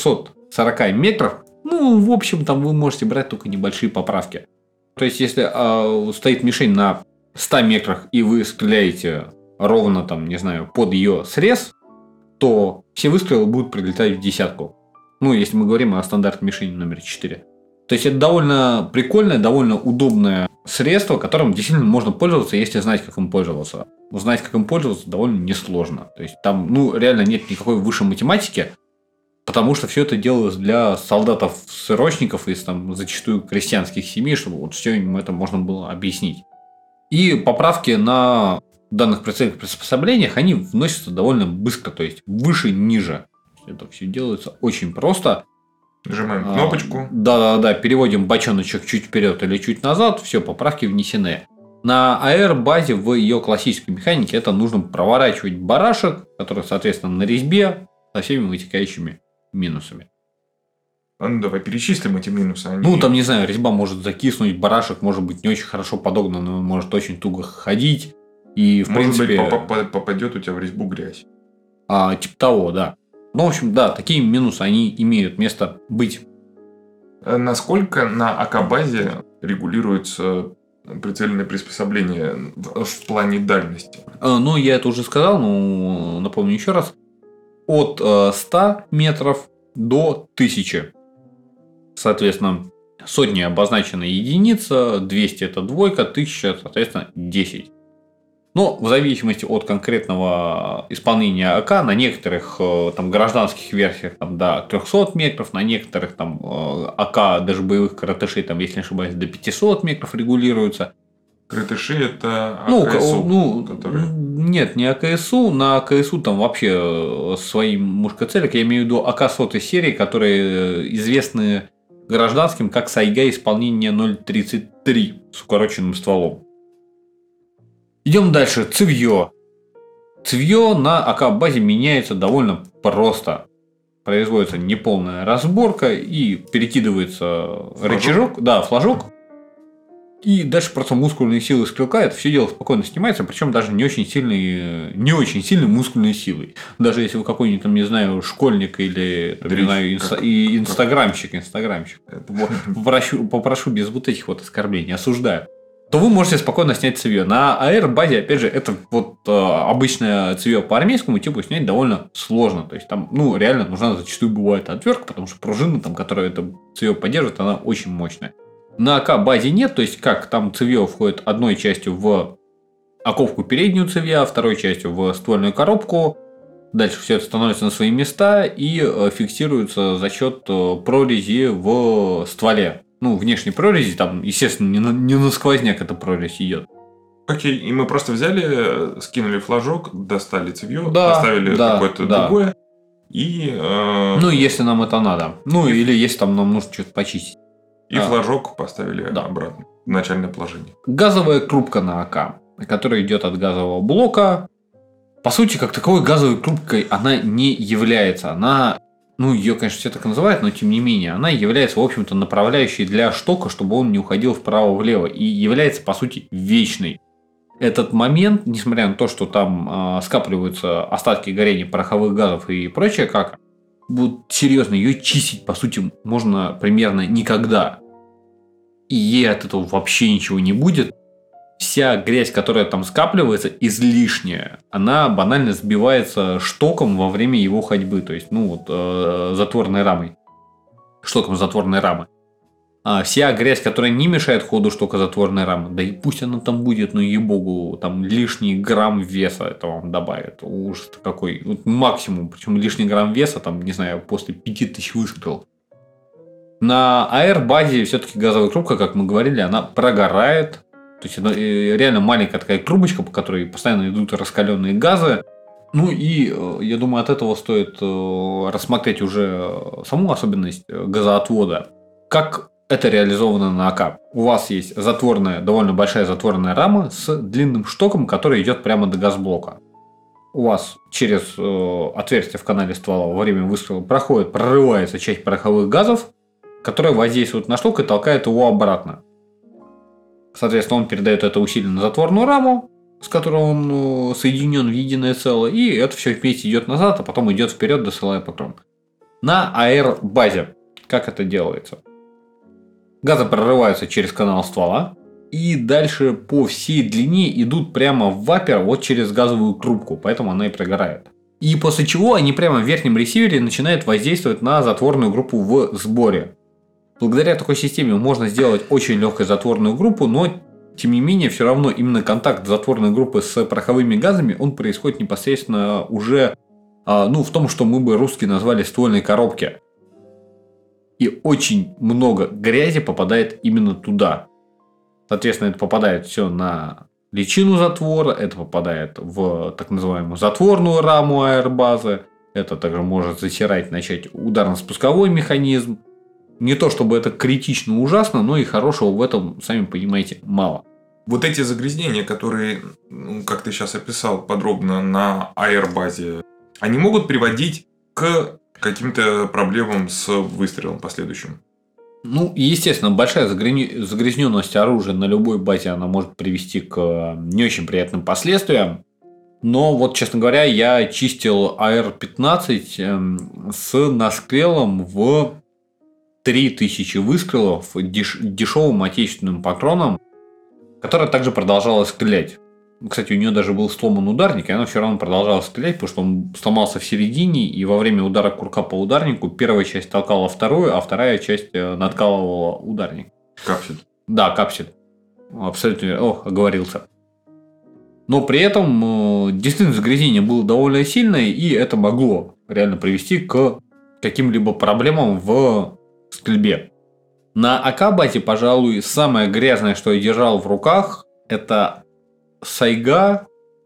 440 метров, ну, в общем, там вы можете брать только небольшие поправки. То есть, если стоит мишень на 100 метрах, и вы стреляете ровно, там, не знаю, под ее срез, то все выстрелы будут прилетать в десятку. Ну, если мы говорим о стандартной мишени номер 4. То есть, это довольно прикольное, довольно удобное средство, которым действительно можно пользоваться, если знать, как им пользоваться. Узнать, как им пользоваться, довольно несложно. То есть, там, ну, реально нет никакой высшей математики, потому что все это делалось для солдатов-срочников из там зачастую крестьянских семей, чтобы вот все им это можно было объяснить. И поправки на данных прицельных приспособлениях, они вносятся довольно быстро, то есть выше, ниже. Это все делается очень просто. Нажимаем кнопочку. Да, переводим бочоночек чуть вперед или чуть назад, все, поправки внесены. На АР-базе в ее классической механике это нужно проворачивать барашек, который, соответственно, на резьбе со всеми вытекающими минусами. Ну, давай перечислим эти минусы. Ну, там, не знаю, резьба может закиснуть, барашек может быть не очень хорошо подогнан, он может очень туго ходить. И, в принципе... Может быть, попадет у тебя в резьбу грязь. Типа того, да. Ну, в общем, да, такие минусы, они имеют место быть. Насколько на АК-базе регулируется прицельное приспособление в плане дальности? Ну, я это уже сказал, но напомню еще раз. От 100 метров до 1000. Соответственно, сотни обозначена единица, 200 это двойка, 1000, соответственно, 10. Но в зависимости от конкретного исполнения АК, на некоторых там, гражданских версиях там, до 300 метров, на некоторых там, АК, даже боевых каратышей, там, если не ошибаюсь, до 500 метров регулируются. Каратыши это АКСУ? Которые... Нет, не АКСУ. На АКСУ там вообще свои мушкацелик. Я имею в виду АК 100 серии, которые известны гражданским как Сайга исполнение 0.33 с укороченным стволом. Идем дальше. Цевьё. Цевьё на АК-базе меняется довольно просто. Производится неполная разборка и перекидывается рычажок, флажок. И дальше просто мускульные силы стрелка, это все дело спокойно снимается, причем даже не очень сильной мускульной силой. Даже если вы какой-нибудь, там, не знаю, школьник или там, не знаю, инстаграмщик, попрошу без вот этих вот оскорблений, осуждаю, то вы можете спокойно снять цевьё. На АР-базе, опять же, это вот обычное цевьё по армейскому типу снять довольно сложно. То есть там, ну, реально нужна зачастую бывает отвертка, потому что пружина, там, которая это цевьё поддерживает, она очень мощная. На АК-базе нет, то есть как там цевьё входит одной частью в оковку переднюю цевья, второй частью в ствольную коробку. Дальше все это становится на свои места и фиксируется за счет прорези в стволе. Ну, внешней прорези, там, естественно, не на сквозняк эта прорезь идет. Окей, и мы просто взяли, скинули флажок, достали цевьё, поставили какое-то другое. И, Ну, если нам это надо. Ну, или если там нам нужно что-то почистить. И флажок поставили Да. обратно в начальное положение. Газовая трубка на АК, которая идет от газового блока. По сути, как таковой газовой трубкой она не является. Она, ее, конечно, все так называют, но тем не менее, она является, в общем-то, направляющей для штока, чтобы он не уходил вправо-влево. И является, по сути, вечной. Этот момент, несмотря на то, что там скапливаются остатки горения пороховых газов и прочее, как будут серьезно ее чистить, по сути, можно примерно никогда. И ей от этого вообще ничего не будет. Вся грязь, которая там скапливается, излишняя, она банально сбивается штоком во время его ходьбы. То есть, затворной рамой. Штоком затворной рамы. А вся грязь, которая не мешает ходу штока затворной рамы, да и пусть она там будет, но ей-богу, там лишний грамм веса это вам добавит. Ужас какой. Вот максимум. Причем лишний грамм веса, там, не знаю, после 5000 выстрелов. На АЭР-базе все-таки газовая трубка, как мы говорили, она прогорает. То есть это реально маленькая такая трубочка, по которой постоянно идут раскаленные газы. Я думаю, от этого стоит рассмотреть уже саму особенность газоотвода. Как это реализовано на АК? У вас есть довольно большая затворная рама с длинным штоком, который идет прямо до газблока. У вас через отверстие в канале ствола во время выстрела прорывается часть пороховых газов, которая воздействует на шток и толкает его обратно. Соответственно, он передает это усилие на затворную раму, с которой он соединен в единое целое, и это все вместе идет назад, а потом идет вперед, досылая патрон. На АЭР-базе как это делается? Газы прорываются через канал ствола и дальше по всей длине идут прямо в вапер вот через газовую трубку, поэтому она и прогорает. И после чего они прямо в верхнем ресивере начинают воздействовать на затворную группу в сборе. Благодаря такой системе можно сделать очень легкую затворную группу, но тем не менее все равно именно контакт затворной группы с пороховыми газами он происходит непосредственно уже в том, что мы бы русские назвали ствольной коробки. И очень много грязи попадает именно туда. Соответственно, это попадает все на личину затвора, это попадает в так называемую затворную раму АЭР-базы, это также может затирать, начать ударно-спусковой механизм. Не то чтобы это критично ужасно, но и хорошего в этом, сами понимаете, мало. Вот эти загрязнения, которые, как ты сейчас описал подробно на АЭР-базе, они могут приводить к каким-то проблемам с выстрелом последующим? Естественно, большая загрязненность оружия на любой базе она может привести к не очень приятным последствиям. Но вот, честно говоря, я чистил АР-15 с настрелом в 3000 выстрелов дешевым отечественным патроном, которая также продолжала стрелять. Кстати, у нее даже был сломан ударник, и она все равно продолжала стрелять, потому что он сломался в середине, и во время удара курка по ударнику первая часть толкала вторую, а вторая часть надкалывала ударник. Капсель. Да, капсель. Абсолютно верно. Оговорился. Но при этом действительно загрязнение было довольно сильное, и это могло реально привести к каким-либо проблемам в стрельбе. На АК-базе, пожалуй, самое грязное, что я держал в руках, это Сайга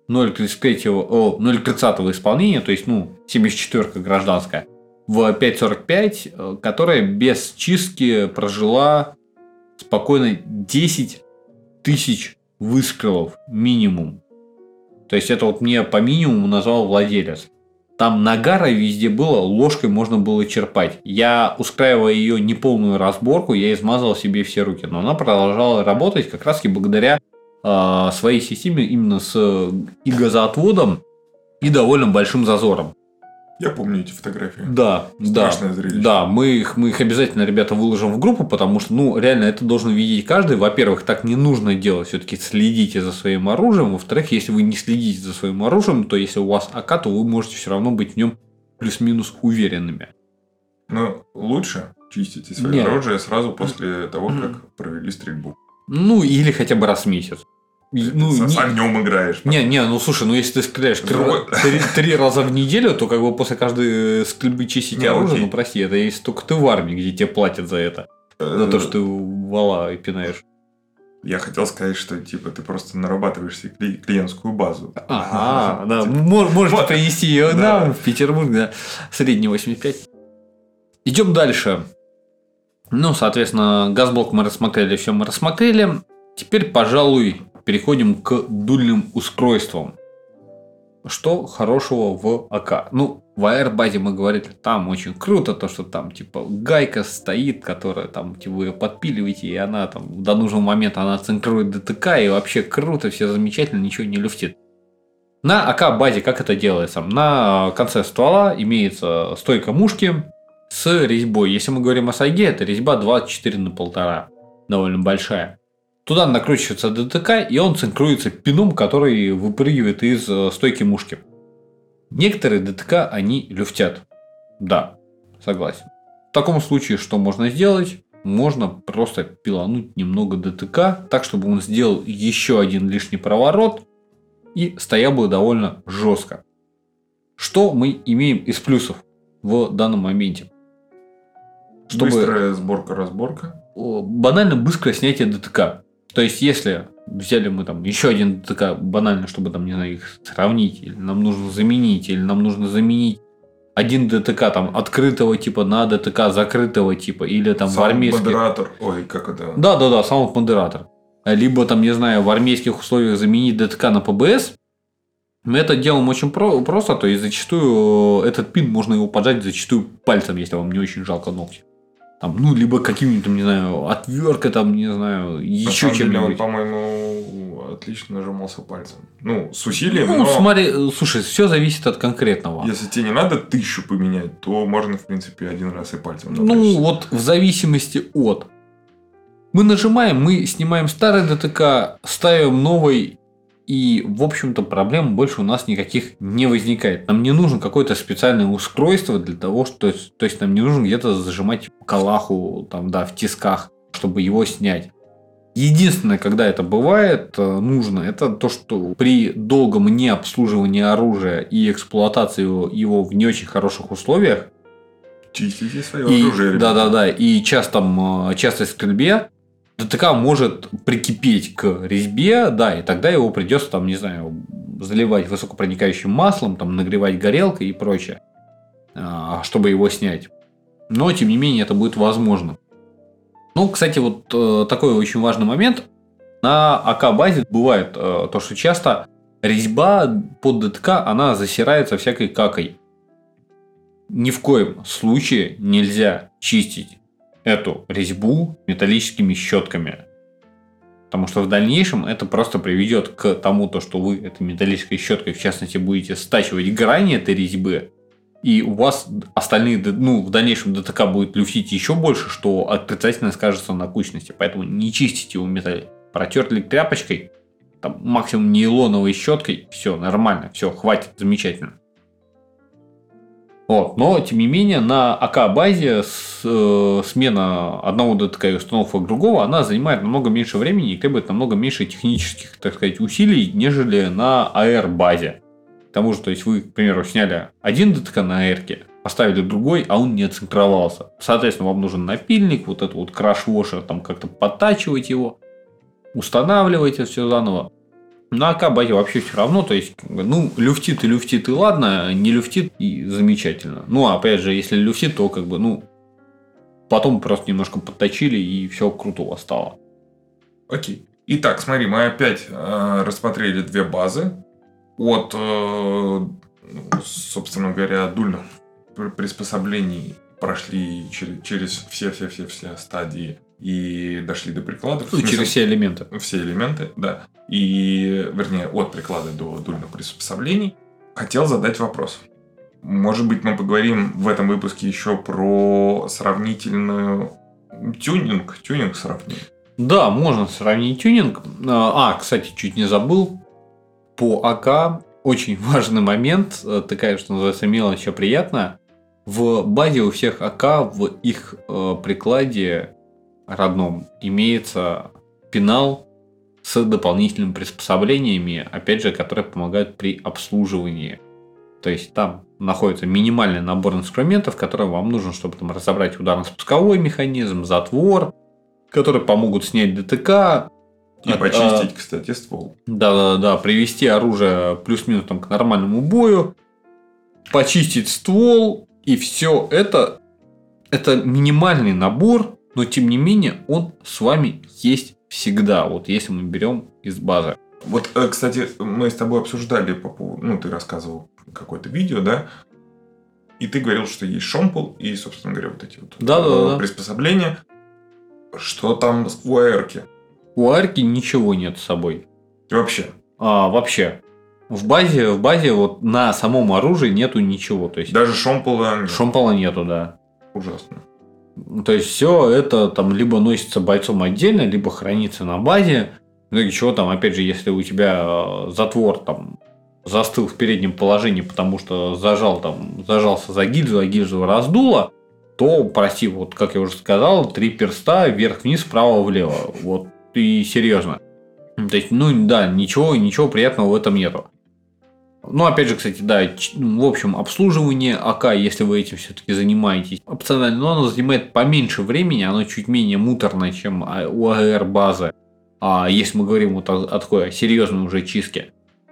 0.30 исполнения, то есть 74-ка гражданская, в 5.45, которая без чистки прожила спокойно 10 тысяч выстрелов минимум. То есть это вот мне по минимуму назвал владелец. Там нагара везде было, ложкой можно было черпать. Я, устраивая ее неполную разборку, я измазал себе все руки. Но она продолжала работать как раз и благодаря своей системе именно с и газоотводом, и довольно большим зазором. Я помню эти фотографии. Да, страшное зрелище. Да, мы их обязательно, ребята, выложим в группу, потому что, реально, это должен видеть каждый. Во-первых, так не нужно делать, все-таки следите за своим оружием. Во-вторых, если вы не следите за своим оружием, то если у вас АК, то вы можете все равно быть в нем плюс-минус уверенными. Но лучше чистите свое оружие сразу после того, как провели стрельбу. Или хотя бы раз в месяц. С огнем играешь. Слушай, если ты стреляешь 3 раза в неделю, то как бы после каждой стрельбы чистить оружие, прости, это если только ты в армии, где тебе платят за это. За то, что ты вала и пинаешь. Я хотел сказать, что типа ты просто нарабатываешь себе клиентскую базу. Ага, да. Можете принести ее нам в Петербург, да. Средний 85. Идем дальше. Ну, соответственно, газблок мы рассмотрели, все мы рассмотрели. Теперь, пожалуй, переходим к дульным устройствам. Что хорошего в АК? Ну, в AR-базе мы говорили, там очень круто, то, что там, типа, гайка стоит, которая там, типа, вы ее подпиливаете, и она там до нужного момента она центрует ДТК, и вообще круто, все замечательно, ничего не люфтит. На АК-базе как это делается? На конце ствола имеется стойка мушки с резьбой. Если мы говорим о сайге, это резьба 24/1,5, довольно большая. Туда накручивается ДТК, и он центруется пином, который выпрыгивает из стойки мушки. Некоторые ДТК, они люфтят. Да, согласен. В таком случае, что можно сделать? Можно просто пилануть немного ДТК, так, чтобы он сделал еще один лишний проворот и стоял бы довольно жестко. Что мы имеем из плюсов в данном моменте? Быстрая сборка-разборка. Банально быстрое снятие ДТК. То есть, если взяли мы там еще один ДТК банально, чтобы там, не знаю, их сравнить, или нам нужно заменить, или нам нужно заменить один ДТК там открытого типа на ДТК закрытого типа, или там в армейских... Модератор. Ой, как это? Да, саунд-модератор. Либо там, не знаю, в армейских условиях заменить ДТК на ПБС. Мы это делаем очень просто, то есть зачастую этот пин можно его поджать зачастую пальцем, если вам не очень жалко ногти. Там, ну, либо каким-нибудь, не знаю, отверткой, там, не знаю, еще чем-нибудь. Он, по-моему, отлично нажимался пальцем. Ну, с усилием, ну, но... смотри, слушай, все зависит от конкретного. Если тебе не надо 1000 поменять, то можно, в принципе, один раз и пальцем напрячься. Ну, вот в зависимости от. Мы нажимаем, мы снимаем старый ДТК, ставим новый, и, в общем-то, проблем больше у нас никаких не возникает. Нам не нужно какое-то специальное устройство для того, что... То есть, нам не нужно где-то зажимать калаху там, да, в тисках, чтобы его снять. Единственное, когда это бывает нужно, это то, что при долгом необслуживании оружия и эксплуатации его в не очень хороших условиях, чистите свое оружие. Да, и частой стрельбе ДТК может прикипеть к резьбе, да, и тогда его придется, там, не знаю, заливать высокопроникающим маслом, там, нагревать горелкой и прочее, чтобы его снять. Но, тем не менее, это будет возможно. Ну, кстати, вот такой очень важный момент. На АК-базе бывает то, что часто резьба под ДТК, она засирается всякой какой. Ни в коем случае нельзя чистить эту резьбу металлическими щетками. Потому что в дальнейшем это просто приведет к тому, что вы этой металлической щеткой, в частности, будете стачивать грани этой резьбы, и у вас остальные, в дальнейшем ДТК будет люфтить еще больше, что отрицательно скажется на кучности. Поэтому не чистите его металл. Протерли тряпочкой, там, максимум нейлоновой щеткой, все нормально, все, хватит, замечательно. Вот. Но, тем не менее, на АК-базе смена одного ДТК и установка другого, она занимает намного меньше времени и требует намного меньше технических, так сказать, усилий, нежели на AR-базе. К тому же, то есть вы, к примеру, сняли один ДТК на AR-ке, поставили другой, а он не отцентровался. Соответственно, вам нужен напильник, вот этот вот краш-вошер, там как-то подтачивать его, устанавливать это все заново. На АК-базе вообще все равно, то есть, ну, люфтит и ладно, не люфтит и замечательно. Ну, а опять же, если люфтит, то потом просто немножко подточили и все круто у вас стало. Окей. Итак, смотри, мы опять рассмотрели две базы. От, собственно говоря, дульных приспособлений прошли через все стадии и дошли до прикладов. Ну, через все элементы. Все элементы, да. И, вернее, от приклада до дульных приспособлений. Хотел задать вопрос. Может быть, мы поговорим в этом выпуске еще про сравнительную тюнинг сравним. Да, можно сравнить тюнинг. Кстати, чуть не забыл. По АК очень важный момент, такая, что называется, мелочь, еще приятная. В базе у всех АК в их прикладе родном имеется пенал с дополнительными приспособлениями, опять же, которые помогают при обслуживании. То есть там находится минимальный набор инструментов, которые вам нужно, чтобы там разобрать ударно-спусковой механизм, затвор, которые помогут снять ДТК. И почистить, кстати, ствол. Да, привести оружие плюс-минус там к нормальному бою, почистить ствол, и все это минимальный набор, но тем не менее он с вами есть всегда, вот если мы берем из базы. Вот, кстати, мы с тобой обсуждали по поводу, ну, ты рассказывал какое-то видео, да, и ты говорил, что есть шомпол и, собственно говоря, вот эти вот приспособления. Что там у AR-ки? У AR-ки ничего нет с собой. Вообще? Вообще. В базе вот на самом оружии нету ничего. То есть, даже шомпола нет? Шомпола нету, да. Ужасно. То есть, все это там либо носится бойцом отдельно, либо хранится на базе. Ну и чего там, опять же, если у тебя затвор там застыл в переднем положении, потому что зажался за гильзу, а гильзу раздуло, то, прости, вот как я уже сказал, 3 перста вверх-вниз, вправо-влево. Вот и серьезно. То есть, ну да, ничего приятного в этом нету. Ну, опять же, кстати, да, в общем, обслуживание АК, если вы этим все-таки занимаетесь, опционально, но оно занимает поменьше времени, оно чуть менее муторное, чем у АР базы. А если мы говорим вот о такой серьезной уже чистке.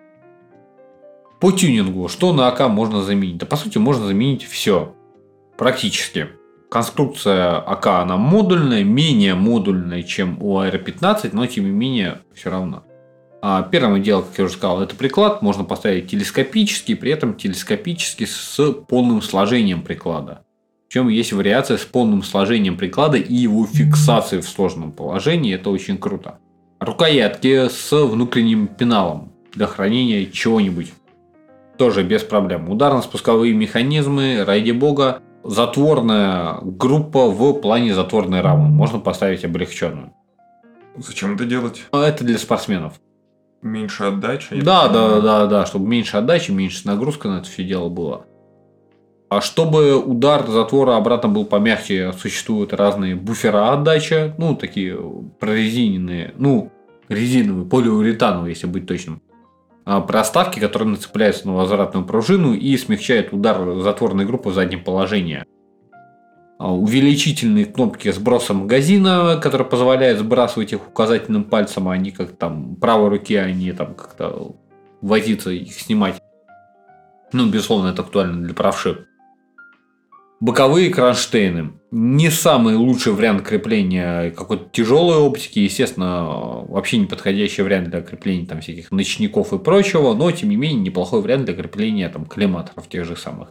По тюнингу, что на АК можно заменить? Да, по сути, можно заменить все. Практически. Конструкция АК, она модульная, менее модульная, чем у АР-15, но тем не менее, все равно. Первое дело, как я уже сказал, это приклад. Можно поставить телескопический, при этом телескопический с полным сложением приклада. Причем есть вариация с полным сложением приклада и его фиксацией в сложном положении. Это очень круто. Рукоятки с внутренним пеналом для хранения чего-нибудь. Тоже без проблем. Ударно-спусковые механизмы, ради бога. Затворная группа в плане затворной рамы. Можно поставить облегченную. Зачем это делать? Это для спортсменов. Меньше отдачи? Да, чтобы меньше отдачи, меньше нагрузка на это все дело было. А чтобы удар затвора обратно был помягче, существуют разные буфера отдачи, ну, такие прорезиненные, резиновые, полиуретановые, если быть точным. Проставки, которые нацепляются на возвратную пружину и смягчают удар затворной группы в заднем положении. Увеличительные кнопки сброса магазина, которые позволяют сбрасывать их указательным пальцем, а не как там правой руке, они там как-то возиться их снимать. Ну, безусловно, это актуально для правши. Боковые кронштейны. Не самый лучший вариант крепления какой-то тяжелой оптики. Естественно, вообще не подходящий вариант для крепления там всяких ночников и прочего. Но, тем не менее, неплохой вариант для крепления там коллиматоров тех же самых.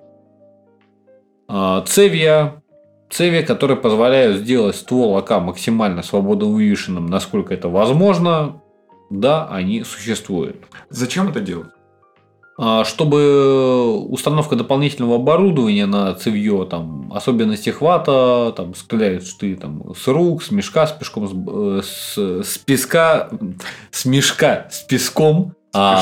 Цевья, которые позволяют сделать ствол АК максимально свободно вывешенным, насколько это возможно. Да, они существуют. Зачем это делать? Чтобы установка дополнительного оборудования на цевье, там, особенности хвата, там, стреляешь ты там, с рук, с мешка, с песком, с песка, с мешка с песком.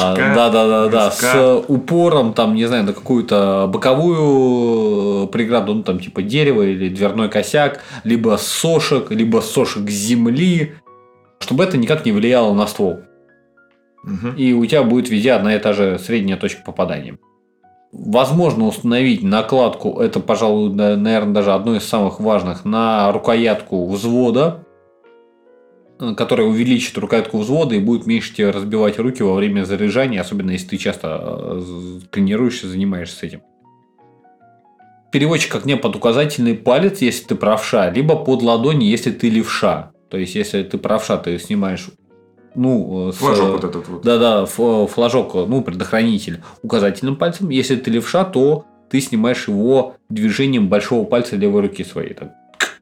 Да, с упором, там, не знаю, на какую-то боковую преграду, ну, там, типа дерево или дверной косяк, либо сошек земли, чтобы это никак не влияло на ствол. И у тебя будет везде одна и та же средняя точка попадания. Возможно установить накладку, это, пожалуй, наверное, даже одно из самых важных, на рукоятку взвода, которая увеличит рукоятку взвода и будет меньше тебе разбивать руки во время заряжания, особенно если ты часто тренируешься, занимаешься этим. Переводчик огня под указательный палец, если ты правша, либо под ладони, если ты левша. То есть, если ты правша, ты снимаешь флажок вот этот вот. Да, флажок, предохранитель указательным пальцем. Если ты левша, то ты снимаешь его движением большого пальца левой руки своей. Так.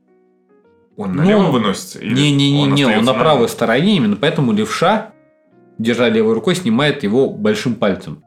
Он налево выносится? Не, он на правой стороне, именно поэтому левша, держа левой рукой, снимает его большим пальцем.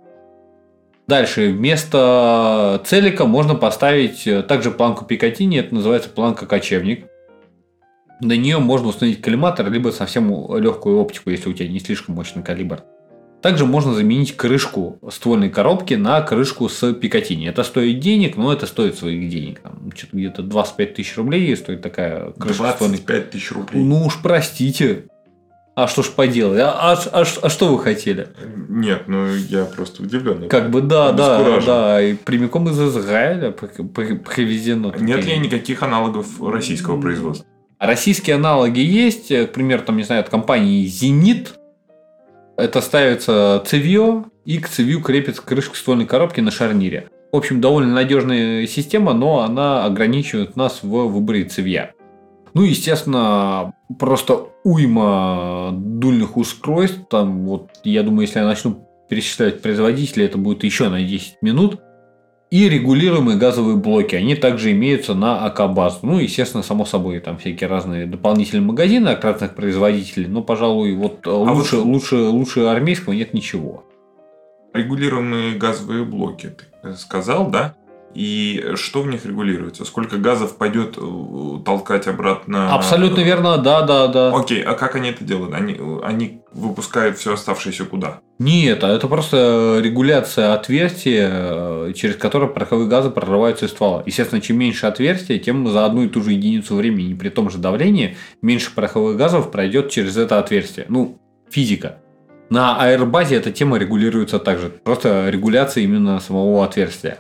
Дальше, вместо целика можно поставить также планку Пикатини, это называется планка кочевник. На нее можно установить коллиматор, либо совсем легкую оптику, если у тебя не слишком мощный калибр. Также можно заменить крышку ствольной коробки на крышку с Пикатини. Это стоит денег, но это стоит своих денег. Там, что-то где-то 25 тысяч рублей стоит такая крышка. 25 тысяч рублей? Ну уж простите. А что ж поделать? А что вы хотели? Нет, я просто удивлен. Как бы да, и прямиком из Израиля привезено. Нет ли никаких аналогов российского производства? Российские аналоги есть, к примеру, там, не знаю, от компании «Зенит». Это ставится цевье, и к цевью крепится крышка ствольной коробки на шарнире. В общем, довольно надежная система, но она ограничивает нас в выборе цевья. Ну, естественно, просто уйма дульных устройств. Там, вот, я думаю, если я начну перечислять производителей, это будет еще на 10 минут. И регулируемые газовые блоки. Они также имеются на АК-базу. Ну, естественно, само собой, там всякие разные дополнительные магазины от разных производителей. Но, пожалуй, вот лучше армейского нет ничего. Регулируемые газовые блоки, ты сказал, да? И что в них регулируется? Сколько газов пойдет толкать обратно? Абсолютно верно, да. Окей, а как они это делают? Они выпускают все оставшееся куда? Нет, это просто регуляция отверстия, через которое пороховые газы прорываются из ствола. Естественно, чем меньше отверстия, тем за одну и ту же единицу времени при том же давлении меньше пороховых газов пройдет через это отверстие. Ну, физика. На аэробазе эта тема регулируется также. Просто регуляция именно самого отверстия.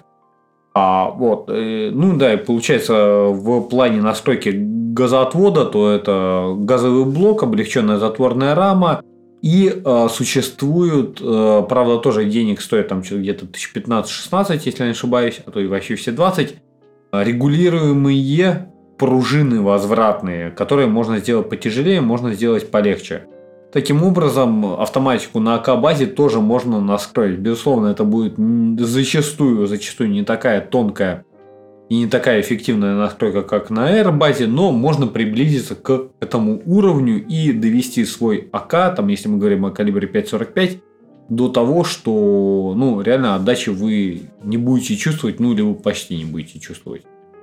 Ну да, и получается, в плане настройки газоотвода, то это газовый блок, облегченная затворная рама. И существуют, правда, тоже денег стоит там где-то 15-16, если я не ошибаюсь, а то и вообще все 20, регулируемые пружины возвратные, которые можно сделать потяжелее, можно сделать полегче. Таким образом, автоматику на АК-базе тоже можно настроить. Безусловно, это будет зачастую не такая тонкая и не такая эффективная настройка, как на Air-базе, но можно приблизиться к этому уровню и довести свой АК, там, если мы говорим о калибре 5.45, до того, что реально отдачи вы не будете чувствовать, или вы почти не будете чувствовать.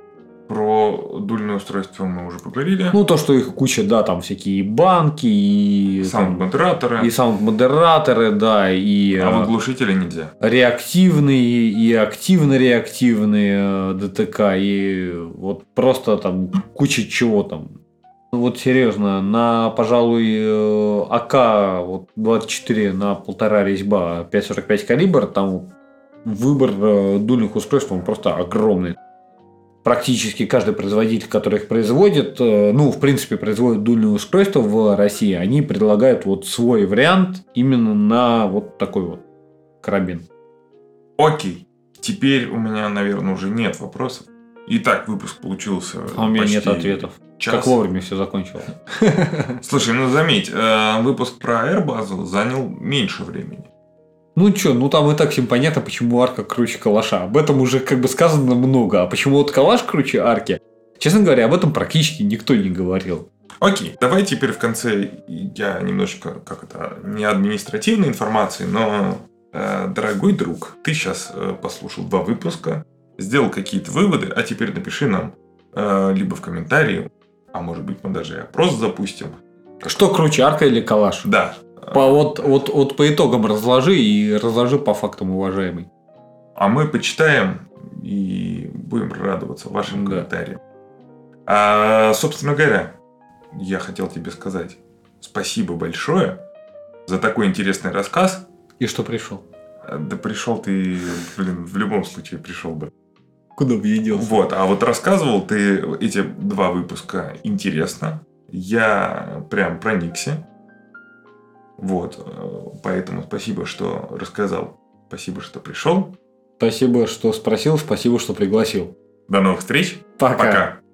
Про дульное устройство мы уже поговорили. То, что их куча, да, там всякие банки и саунд-модераторы. И саунд-модераторы, да, и... А в оглушители нельзя. Реактивные и активно-реактивные ДТК, и вот просто там куча чего там. Вот серьезно, пожалуй, АК 24 на 1,5 резьба 5.45 калибр, там выбор дульных устройств он просто огромный. Практически каждый производитель, который их производит, в принципе, производит дульные устройства в России, они предлагают свой вариант именно на вот такой вот карабин. Окей. Теперь у меня, наверное, уже нет вопросов. Итак, выпуск получился у меня нет ответов. Час. Как вовремя все закончилось. Слушай, заметь, выпуск про Air-базу занял меньше времени. Там и так всем понятно, почему арка круче калаша. Об этом уже сказано много. А почему калаш круче арки? Честно говоря, об этом практически никто не говорил. Окей, давай теперь в конце я немножечко, не административной информации, но, дорогой друг, ты сейчас послушал 2 выпуска, сделал какие-то выводы, а теперь напиши нам либо в комментарии, а может быть мы даже и опрос запустим. Что круче, арка или калаш? Да. По итогам разложи по фактам, уважаемый. А мы почитаем и будем радоваться вашим комментариям. Собственно говоря, я хотел тебе сказать спасибо большое за такой интересный рассказ. И что пришел? Да пришел ты, в любом случае пришел бы. Куда бы я делся? А рассказывал ты эти 2 выпуска интересно. Я прям проникся. Поэтому спасибо, что рассказал. Спасибо, что пришел. Спасибо, что спросил. Спасибо, что пригласил. До новых встреч. Пока.